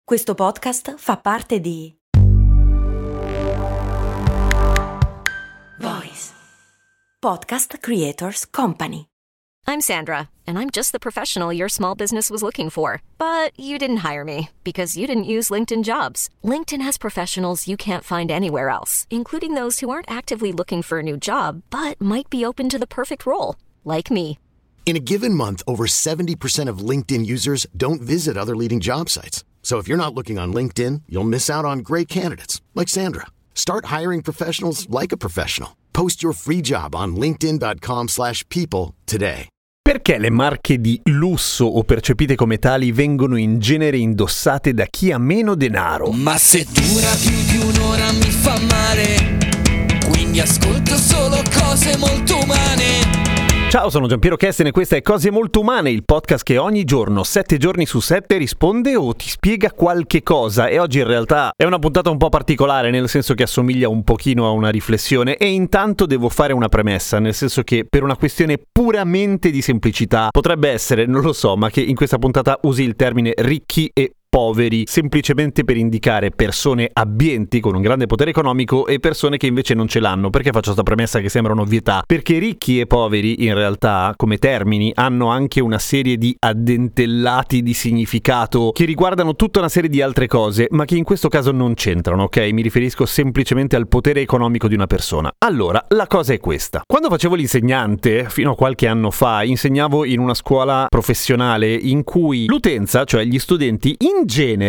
Questo podcast fa parte di Voice Podcast Creators Company. I'm Sandra, and I'm just the professional your small business was looking for. But you didn't hire me because you didn't use LinkedIn Jobs. LinkedIn has professionals you can't find anywhere else, including those who aren't actively looking for a new job, but might be open to the perfect role, like me. In a given month, over 70% of LinkedIn users don't visit other leading job sites. So if you're not looking on LinkedIn, you'll miss out on great candidates like Sandra. Start hiring professionals like a professional. Post your free job on linkedin.com/people today. Perché le marche di lusso o percepite come tali vengono in genere indossate da chi ha meno denaro? Ma se dura più di un'ora mi fa male, quindi ascolto solo cose molto umane. Ciao, sono Giampiero Kesten e questa è Cose Molto Umane, il podcast che ogni giorno, 7 giorni su 7, risponde o ti spiega qualche cosa. E oggi in realtà è una puntata un po' particolare, nel senso che assomiglia un pochino a una riflessione. E intanto devo fare una premessa, nel senso che per una questione puramente di semplicità potrebbe essere, non lo so, ma che in questa puntata usi il termine ricchi e poveri semplicemente per indicare persone abbienti con un grande potere economico e persone che invece non ce l'hanno. Perché faccio questa premessa che sembra un'ovvietà? Perché ricchi e poveri in realtà come termini hanno anche una serie di addentellati di significato che riguardano tutta una serie di altre cose, ma che in questo caso non c'entrano, ok? Mi riferisco semplicemente al potere economico di una persona. Allora, la cosa è questa. Quando facevo l'insegnante, fino a qualche anno fa, insegnavo in una scuola professionale in cui l'utenza, cioè gli studenti, in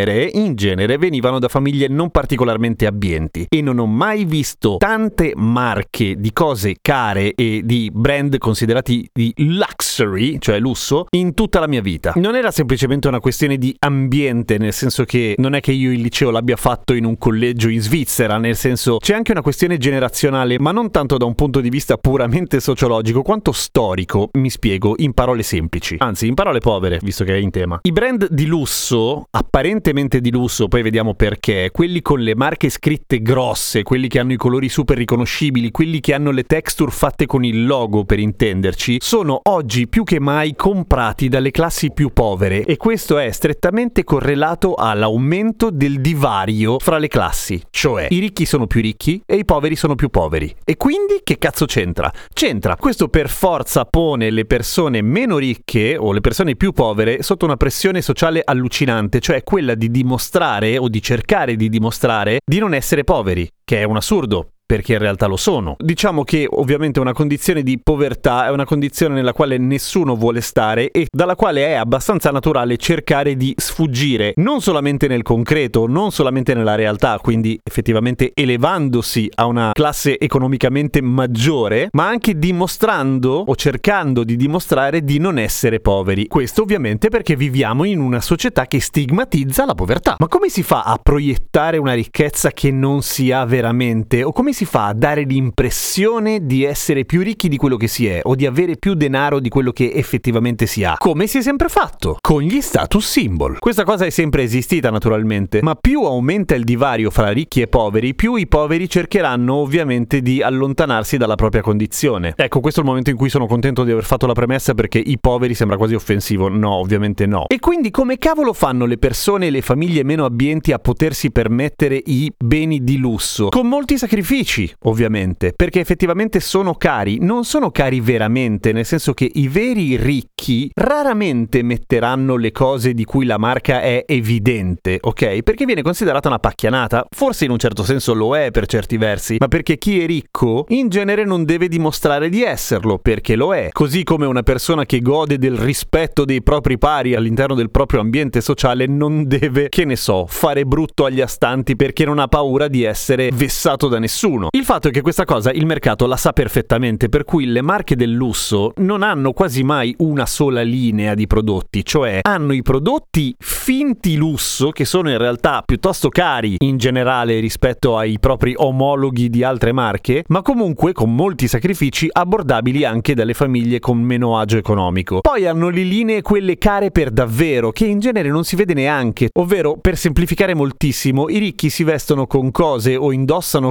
genere venivano da famiglie non particolarmente abbienti e non ho mai visto tante marche di cose care e di brand considerati di luxury, cioè lusso, in tutta la mia vita. Non era semplicemente una questione di ambiente, nel senso che non è che io il liceo l'abbia fatto in un collegio in Svizzera, nel senso c'è anche una questione generazionale, ma non tanto da un punto di vista puramente sociologico quanto storico. Mi spiego in parole semplici, anzi in parole povere, visto che è in tema. I brand di lusso, apparentemente di lusso, poi vediamo perché, quelli con le marche scritte grosse, quelli che hanno i colori super riconoscibili, quelli che hanno le texture fatte con il logo, per intenderci, sono oggi più che mai comprati dalle classi più povere, e questo è strettamente correlato all'aumento del divario fra le classi, cioè i ricchi sono più ricchi e i poveri sono più poveri. E quindi che cazzo c'entra? C'entra, questo per forza pone le persone meno ricche o le persone più povere sotto una pressione sociale allucinante, cioè quella di dimostrare o di cercare di dimostrare di non essere poveri, che è un assurdo, perché in realtà lo sono. Diciamo che ovviamente una condizione di povertà è una condizione nella quale nessuno vuole stare e dalla quale è abbastanza naturale cercare di sfuggire, non solamente nel concreto, non solamente nella realtà, quindi effettivamente elevandosi a una classe economicamente maggiore, ma anche dimostrando o cercando di dimostrare di non essere poveri. Questo ovviamente perché viviamo in una società che stigmatizza la povertà. Ma come si fa a proiettare una ricchezza che non si ha veramente? O come si fa a dare l'impressione di essere più ricchi di quello che si è o di avere più denaro di quello che effettivamente si ha? Come si è sempre fatto? Con gli status symbol. Questa cosa è sempre esistita naturalmente, ma più aumenta il divario fra ricchi e poveri, più i poveri cercheranno ovviamente di allontanarsi dalla propria condizione. Ecco, questo è il momento in cui sono contento di aver fatto la premessa, perché i poveri sembra quasi offensivo. No, ovviamente no. E quindi come cavolo fanno le persone e le famiglie meno abbienti a potersi permettere i beni di lusso? Con molti sacrifici, ovviamente, perché effettivamente sono cari. Non sono cari veramente, nel senso che i veri ricchi raramente metteranno le cose di cui la marca è evidente, ok? Perché viene considerata una pacchianata. Forse in un certo senso lo è per certi versi, ma perché chi è ricco in genere non deve dimostrare di esserlo, perché lo è. Così come una persona che gode del rispetto dei propri pari all'interno del proprio ambiente sociale non deve, che ne so, fare brutto agli astanti perché non ha paura di essere vessato da nessuno. Il fatto è che questa cosa il mercato la sa perfettamente, per cui le marche del lusso non hanno quasi mai una sola linea di prodotti, cioè hanno i prodotti finti lusso che sono in realtà piuttosto cari in generale rispetto ai propri omologhi di altre marche, ma comunque con molti sacrifici abbordabili anche dalle famiglie con meno agio economico. Poi hanno le linee quelle care per davvero, che in genere non si vede neanche, ovvero, per semplificare moltissimo, i ricchi si vestono con cose o indossano cose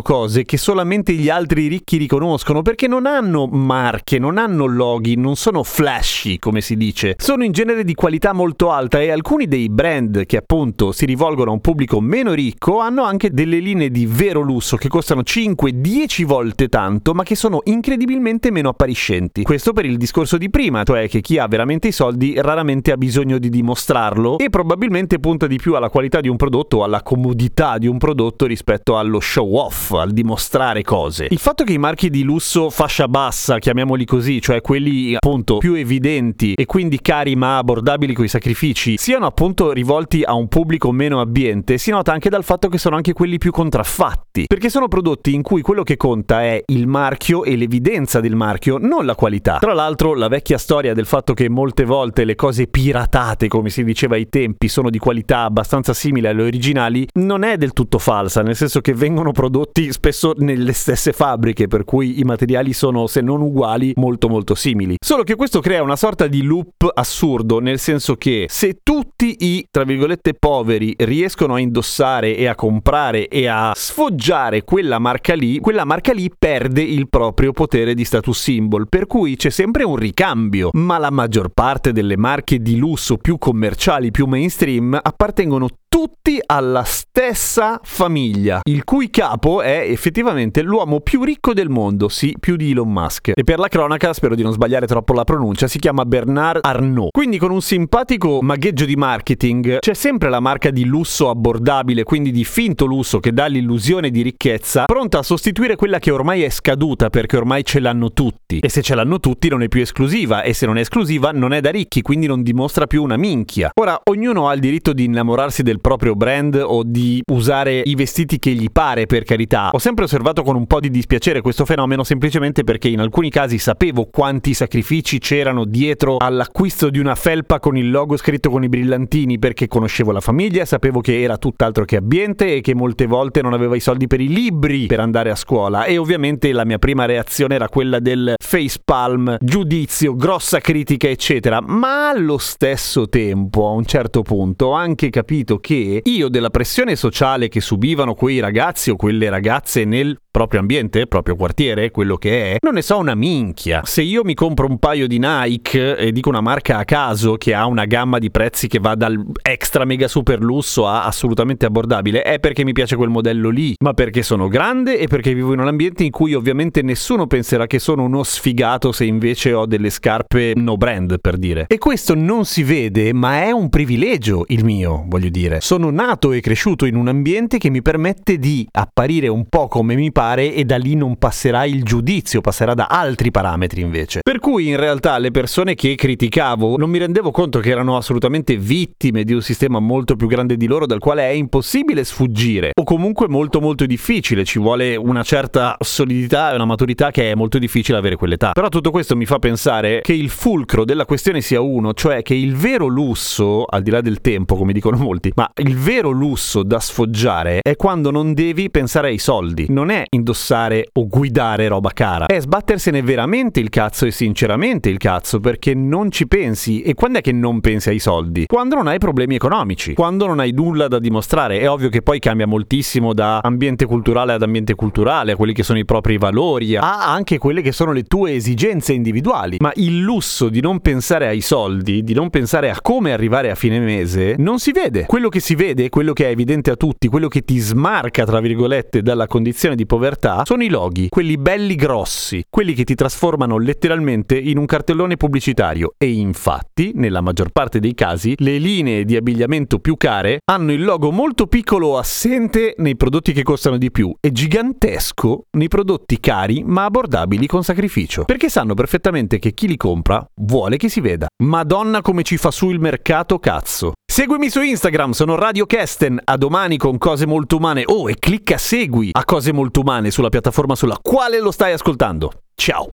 che solamente gli altri ricchi riconoscono, perché non hanno marche, non hanno loghi, non sono flashy, come si dice. Sono in genere di qualità molto alta e alcuni dei brand che appunto si rivolgono a un pubblico meno ricco hanno anche delle linee di vero lusso che costano 5-10 volte tanto, ma che sono incredibilmente meno appariscenti. Questo per il discorso di prima, cioè che chi ha veramente i soldi raramente ha bisogno di dimostrarlo e probabilmente punta di più alla qualità di un prodotto o alla comodità di un prodotto rispetto allo show off, al dimostrare cose. Il fatto che i marchi di lusso fascia bassa, chiamiamoli così, cioè quelli appunto più evidenti e quindi cari ma abbordabili coi sacrifici, siano appunto rivolti a un pubblico meno abbiente, si nota anche dal fatto che sono anche quelli più contraffatti, perché sono prodotti in cui quello che conta è il marchio e l'evidenza del marchio, non la qualità. Tra l'altro la vecchia storia del fatto che molte volte le cose piratate, come si diceva ai tempi, sono di qualità abbastanza simile alle originali, non è del tutto falsa, nel senso che vengono prodotti spesso nelle stesse fabbriche, per cui i materiali sono, se non uguali, molto molto simili. Solo che questo crea una sorta di loop assurdo, nel senso che se tutti i, tra virgolette, poveri riescono a indossare e a comprare e a sfoggiare quella marca lì perde il proprio potere di status symbol, per cui c'è sempre un ricambio, ma la maggior parte delle marche di lusso più commerciali, più mainstream, appartengono tutti alla stessa famiglia, il cui capo è effettivamente l'uomo più ricco del mondo, sì, più di Elon Musk. E per la cronaca, spero di non sbagliare troppo la pronuncia, si chiama Bernard Arnault. Quindi con un simpatico magheggio di marketing c'è sempre la marca di lusso abbordabile, quindi di finto lusso che dà l'illusione di ricchezza, pronta a sostituire quella che ormai è scaduta perché ormai ce l'hanno tutti. E se ce l'hanno tutti non è più esclusiva, e se non è esclusiva non è da ricchi, quindi non dimostra più una minchia. Ora, ognuno ha il diritto di innamorarsi del proprio brand o di usare i vestiti che gli pare, per carità. Ho sempre osservato con un po' di dispiacere questo fenomeno, semplicemente perché in alcuni casi sapevo quanti sacrifici c'erano dietro all'acquisto di una felpa con il logo scritto con i brillantini, perché conoscevo la famiglia, sapevo che era tutt'altro che abbiente e che molte volte non aveva i soldi per i libri per andare a scuola, e ovviamente la mia prima reazione era quella del facepalm, giudizio, grossa critica eccetera. Ma allo stesso tempo, a un certo punto, ho anche capito che io della pressione sociale che subivano quei ragazzi o quelle ragazze nel proprio ambiente, proprio quartiere, quello che è, non ne so una minchia. Se io mi compro un paio di Nike, e dico una marca a caso che ha una gamma di prezzi che va dal extra mega super lusso a assolutamente abbordabile, è perché mi piace quel modello lì, ma perché sono grande e perché vivo in un ambiente in cui ovviamente nessuno penserà che sono uno sfigato se invece ho delle scarpe no brand, per dire. E questo non si vede, ma è un privilegio il mio, voglio dire. Sono nato e cresciuto in un ambiente che mi permette di apparire un po' come mi pare, e da lì non passerà il giudizio, passerà da altri parametri invece. Per cui in realtà le persone che criticavo non mi rendevo conto che erano assolutamente vittime di un sistema molto più grande di loro, dal quale è impossibile sfuggire, o comunque molto molto difficile. Ci vuole una certa solidità e una maturità che è molto difficile avere quell'età. Però tutto questo mi fa pensare che il fulcro della questione sia uno, cioè che il vero lusso, al di là del tempo come dicono molti, ma il vero lusso da sfoggiare è quando non devi pensare ai soldi. Non è indossare o guidare roba cara, è sbattersene veramente il cazzo e sinceramente il cazzo, perché non ci pensi. E quando è che non pensi ai soldi? Quando non hai problemi economici, quando non hai nulla da dimostrare. È ovvio che poi cambia moltissimo da ambiente culturale ad ambiente culturale, a quelli che sono i propri valori, a anche quelle che sono le tue esigenze individuali. Ma il lusso di non pensare ai soldi, di non pensare a come arrivare a fine mese, non si vede. Quello che si vede, quello che è evidente a tutti, quello che ti smarca tra virgolette dalla condizione di povertà, sono i loghi, quelli belli grossi, quelli che ti trasformano letteralmente in un cartellone pubblicitario. E infatti, nella maggior parte dei casi, le linee di abbigliamento più care hanno il logo molto piccolo o assente nei prodotti che costano di più e gigantesco nei prodotti cari ma abbordabili con sacrificio, perché sanno perfettamente che chi li compra vuole che si veda. Madonna come ci fa su il mercato, cazzo. Seguimi su Instagram, sono Radio Kesten, a domani con Cose Molto Umane. Oh, e clicca segui a Cose Molto Umane sulla piattaforma sulla quale lo stai ascoltando. Ciao!